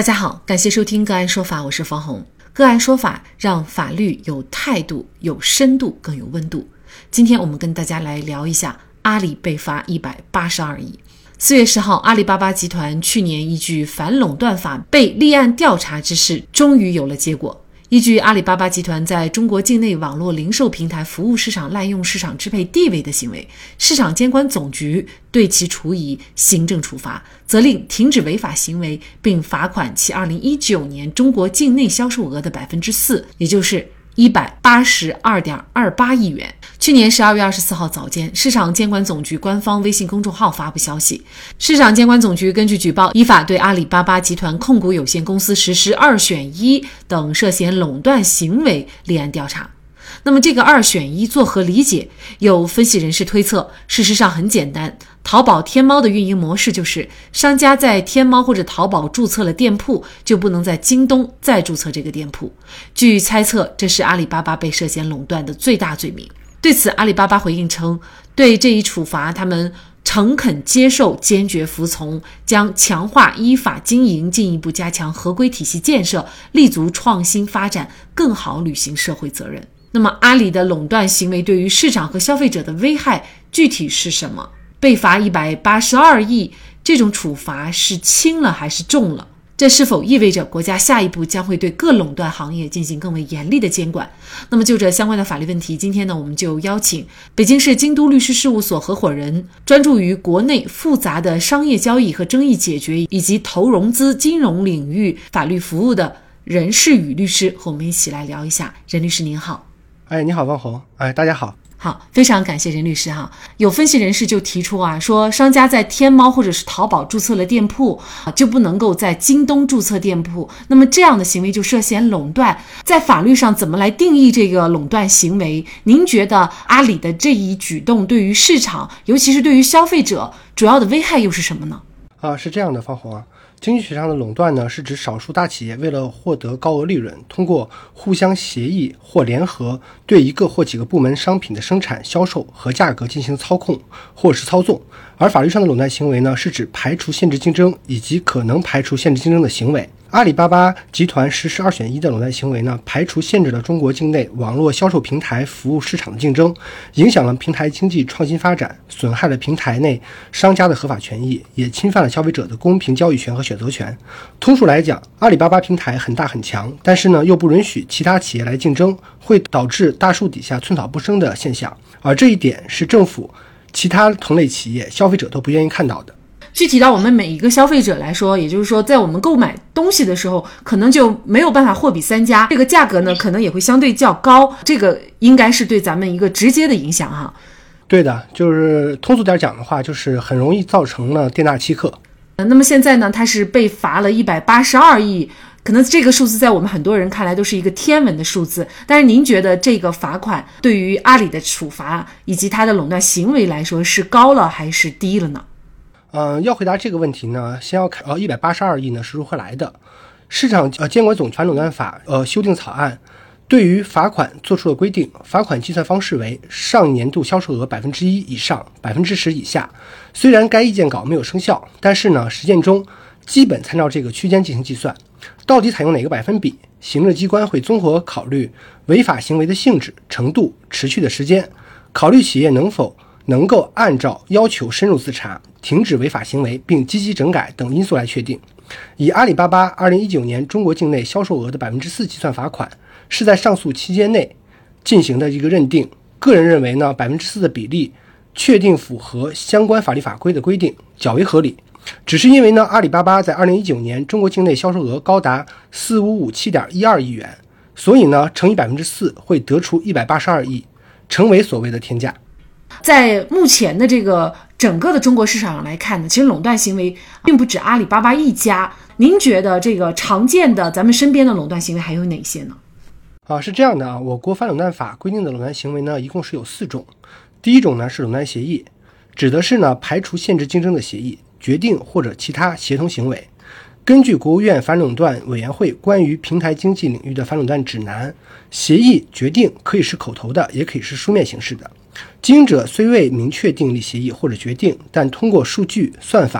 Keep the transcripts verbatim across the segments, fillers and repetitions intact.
大家好，感谢收听个案说法，我是方红。个案说法让法律有态度、有深度、更有温度。今天我们跟大家来聊一下阿里被罚一百八十二亿。四月十号，阿里巴巴集团去年依据反垄断法被立案调查之事终于有了结果。依据阿里巴巴集团在中国境内网络零售平台服务市场滥用市场支配地位的行为，市场监管总局对其处以行政处罚，责令停止违法行为，并罚款其二零一九年中国境内销售额的 百分之四， 也就是一百八十二点二八亿元。去年十二月二十四号早间，市场监管总局官方微信公众号发布消息，市场监管总局根据举报，依法对阿里巴巴集团控股有限公司实施二选一等涉嫌垄断行为立案调查。那么这个二选一作何理解？有分析人士推测，事实上很简单，淘宝天猫的运营模式就是商家在天猫或者淘宝注册了店铺，就不能在京东再注册这个店铺。据猜测，这是阿里巴巴被涉嫌垄断的最大罪名。对此，阿里巴巴回应称，对这一处罚他们诚恳接受，坚决服从，将强化依法经营，进一步加强合规体系建设，立足创新发展，更好履行社会责任。那么阿里的垄断行为对于市场和消费者的危害具体是什么？被罚一百八十二亿，这种处罚是轻了还是重了？这是否意味着国家下一步将会对各垄断行业进行更为严厉的监管？那么就这相关的法律问题，今天呢，我们就邀请北京市京都律师事务所合伙人，专注于国内复杂的商业交易和争议解决以及投融资金融领域法律服务的任世宇律师，和我们一起来聊一下。任律师您好。 哎，你好，汪红。哎，大家好。 好，非常感谢任律师哈。有分析人士就提出啊，说商家在天猫或者是淘宝注册了店铺，就不能够在京东注册店铺，那么这样的行为就涉嫌垄断。在法律上怎么来定义这个垄断行为？您觉得阿里的这一举动对于市场，尤其是对于消费者，主要的危害又是什么呢？ 啊，是这样的，方红啊。经济学上的垄断呢，是指少数大企业为了获得高额利润，通过互相协议或联合，对一个或几个部门商品的生产、销售和价格进行操控或是操纵。而法律上的垄断行为呢，是指排除限制竞争以及可能排除限制竞争的行为。阿里巴巴集团实施二选一的垄断行为呢，排除限制了中国境内网络销售平台服务市场的竞争，影响了平台经济创新发展，损害了平台内商家的合法权益，也侵犯了消费者的公平交易权和选择权。通俗来讲，阿里巴巴平台很大很强，但是呢，又不允许其他企业来竞争，会导致大树底下寸草不生的现象，而这一点是政府、其他同类企业、消费者都不愿意看到的。 具体到我们每一个消费者来说，也就是说在我们购买东西的时候，可能就没有办法货比三家，这个价格呢可能也会相对较高，这个应该是对咱们一个直接的影响哈。 对的，就是通俗点讲的话，就是很容易造成了店大欺客。 那么现在呢，他是被罚了一百八十二亿，可能这个数字在我们很多人看来都是一个天文的数字，但是您觉得这个罚款对于阿里的处罚以及它的垄断行为来说是高了还是低了呢？ 呃，要回答这个问题呢，先要看呃一百八十二亿呢是如何来的。市场呃监管总局反垄断法呃修订草案对于罚款做出了规定，罚款计算方式为上年度销售额百分之一以上，百分之十以下。虽然该意见稿没有生效，但是呢，实践中基本参照这个区间进行计算。到底采用哪个百分比？行政机关会综合考虑违法行为的性质、程度、持续的时间，考虑企业能否能够按照要求深入自查，停止违法行为并积极整改等因素来确定。以阿里巴巴二零一九年中国境内销售额的 百分之四 计算罚款，是在上述期间内进行的一个认定。个人认为呢 百分之四 的比例确定符合相关法律法规的规定，较为合理。只是因为呢，阿里巴巴在二零一九年中国境内销售额高达四千五百五十七点一二亿元，所以呢，乘以 百分之四 会得出一百八十二亿，成为所谓的天价。 在目前的这个整个的中国市场上来看呢，其实垄断行为并不止阿里巴巴一家。您觉得这个常见的咱们身边的垄断行为还有哪些呢？ 啊，是这样的啊，我国反垄断法规定的垄断行为呢，一共是有四种。第一种呢是垄断协议，指的是呢排除限制竞争的协议、决定或者其他协同行为。根据国务院反垄断委员会关于平台经济领域的反垄断指南，协议、决定可以是口头的，也可以是书面形式的。经营者虽未明确订立协议或者决定，但通过数据、算法、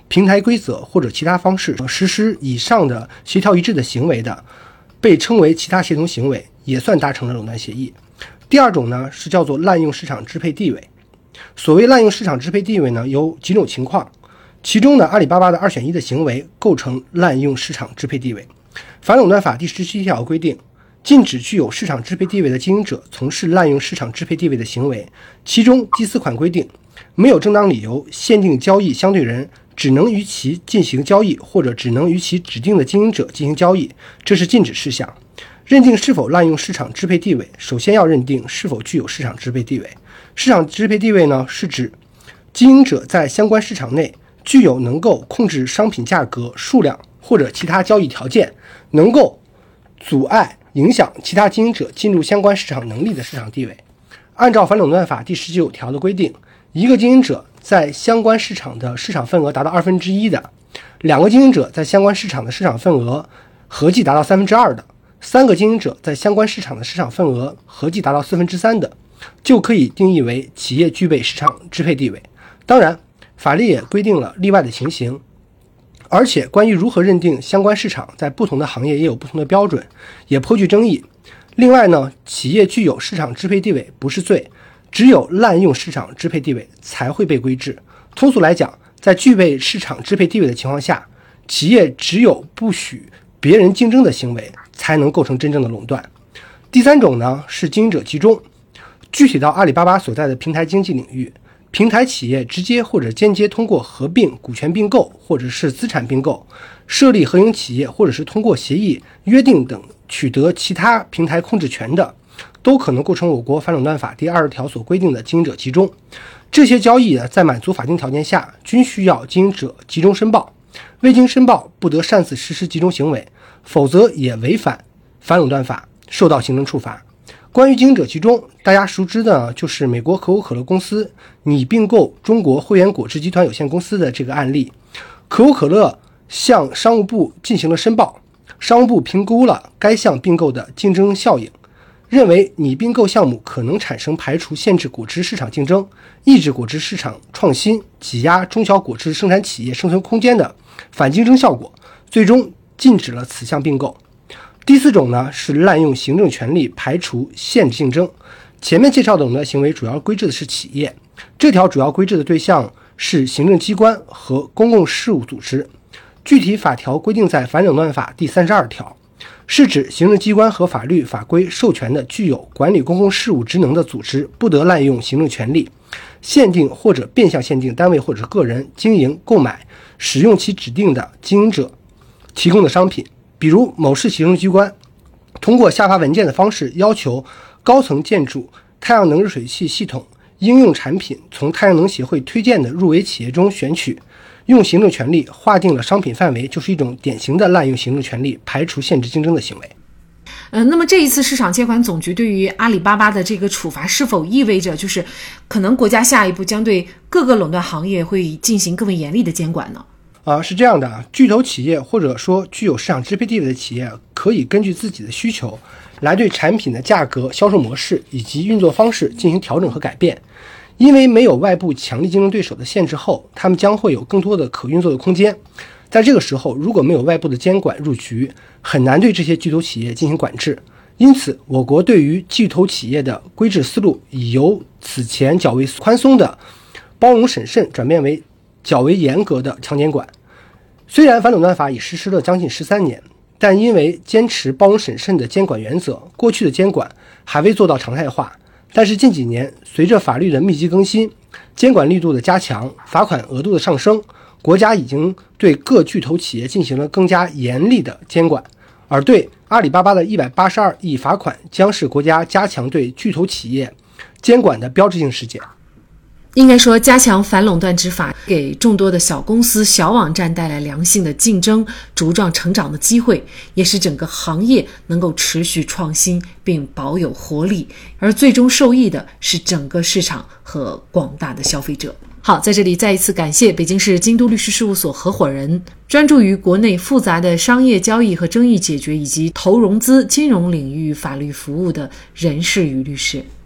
平台规则或者其他方式实施以上的协调一致的行为的，被称为其他协同行为，也算达成了垄断协议。第二种呢是叫做滥用市场支配地位。所谓滥用市场支配地位呢，有几种情况，其中呢阿里巴巴的二选一的行为构成滥用市场支配地位。反垄断法第十七条规定，禁止具有市场支配地位的经营者从事滥用市场支配地位的行为，其中第四款规定，没有正当理由限定交易相对人只能与其进行交易，或者只能与其指定的经营者进行交易，这是禁止事项。认定是否滥用市场支配地位，首先要认定是否具有市场支配地位。市场支配地位呢，是指经营者在相关市场内具有能够控制商品价格、数量或者其他交易条件，能够阻碍、影响其他经营者进入相关市场能力的市场地位。按照反垄断法第十九条的规定，一个经营者在相关市场的市场份额达到二分之一的，两个经营者在相关市场的市场份额合计达到三分之二的，三个经营者在相关市场的市场份额合计达到四分之三的，就可以定义为企业具备市场支配地位。当然，法律也规定了例外的情形，而且关于如何认定相关市场，在不同的行业也有不同的标准，也颇具争议。另外呢，企业具有市场支配地位不是罪，只有滥用市场支配地位才会被规制。通俗来讲，在具备市场支配地位的情况下，企业只有不许别人竞争的行为才能构成真正的垄断。第三种呢是经营者集中，具体到阿里巴巴所在的平台经济领域，平台企业直接或者间接通过合并、股权并购或者是资产并购，设立合营企业，或者是通过协议、约定等取得其他平台控制权的，都可能构成我国反垄断法第二十条所规定的经营者集中。这些交易呢，在满足法定条件下，均需要经营者集中申报，未经申报不得擅自实施集中行为，否则也违反反垄断法，受到行政处罚。关于经营者集中，大家熟知的就是美国可口可乐公司拟并购中国汇源果汁集团有限公司的这个案例。可口可乐向商务部进行了申报，商务部评估了该项并购的竞争效应，认为拟并购项目可能产生排除限制果汁市场竞争、抑制果汁市场创新、挤压中小果汁生产企业生存空间的反竞争效果，最终禁止了此项并购。第四种呢是滥用行政权力排除限制竞争。前面介绍的垄断行为主要规制的是企业，这条主要规制的对象是行政机关和公共事务组织，具体法条规定在反垄断法第三十二条，是指行政机关和法律法规授权的具有管理公共事务职能的组织不得滥用行政权力，限定或者变相限定单位或者个人经营、购买、使用其指定的经营者提供的商品。比如某市行政机关通过下发文件的方式，要求高层建筑太阳能热水器系统应用产品从太阳能协会推荐的入围企业中选取，用行政权力划定了商品范围，就是一种典型的滥用行政权力排除限制竞争的行为。 呃，那么这一次市场监管总局对于阿里巴巴的这个处罚，是否意味着就是可能国家下一步将对各个垄断行业会进行更为严厉的监管呢？ 啊，是这样的，巨头企业或者说具有市场支配地位的企业，可以根据自己的需求来对产品的价格、销售模式以及运作方式进行调整和改变。因为没有外部强力竞争对手的限制后，他们将会有更多的可运作的空间。在这个时候，如果没有外部的监管入局，很难对这些巨头企业进行管制。因此，我国对于巨头企业的规制思路已由此前较为宽松的包容审慎转变为较为严格的强监管。虽然反垄断法已实施了将近十三年，但因为坚持包容审慎的监管原则，过去的监管还未做到常态化。但是近几年，随着法律的密集更新，监管力度的加强，罚款额度的上升，国家已经对各巨头企业进行了更加严厉的监管。而对阿里巴巴的一百八十二亿罚款，将是国家加强对巨头企业监管的标志性事件。 应该说，加强反垄断执法，给众多的小公司、小网站带来良性的竞争、茁壮成长的机会，也使整个行业能够持续创新并保有活力，而最终受益的是整个市场和广大的消费者。好，在这里再一次感谢北京市京都律师事务所合伙人，专注于国内复杂的商业交易和争议解决以及投融资、金融领域法律服务的人事宇律师。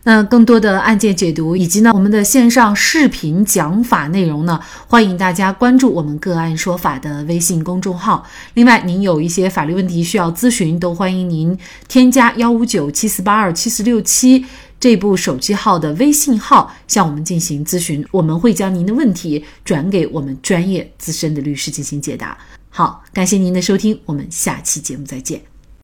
那更多的案件解读以及呢我们的线上视频讲法内容呢，欢迎大家关注我们个案说法的微信公众号。另外您有一些法律问题需要咨询，都欢迎您添加一五九七四八二七四六七这部手机号的微信号向我们进行咨询，我们会将您的问题转给我们专业资深的律师进行解答。好，感谢您的收听，我们下期节目再见。